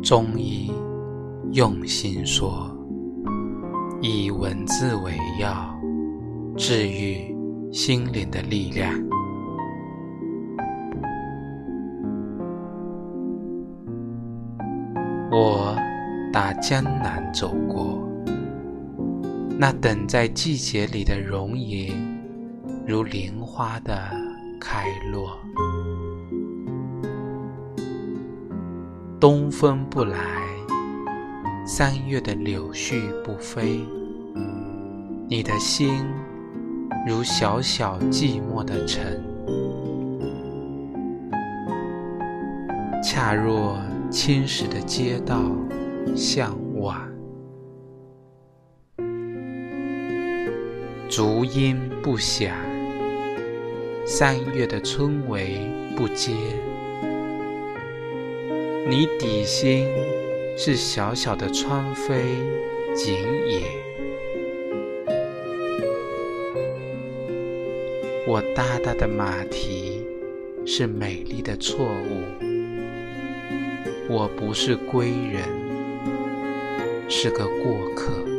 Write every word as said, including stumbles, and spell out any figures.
中医用心说，以文字为药，治愈心灵的力量。我打江南走过，那等在季节里的容颜，如莲花的开落。东风不来，三月的柳絮不飞，你的心如小小寂寞的城，恰若青石的街道向晚。竹音不响，三月的春雷不接，你底心是小小的窗扉紧掩。我大大的马蹄是美丽的错误，我不是归人，是个过客。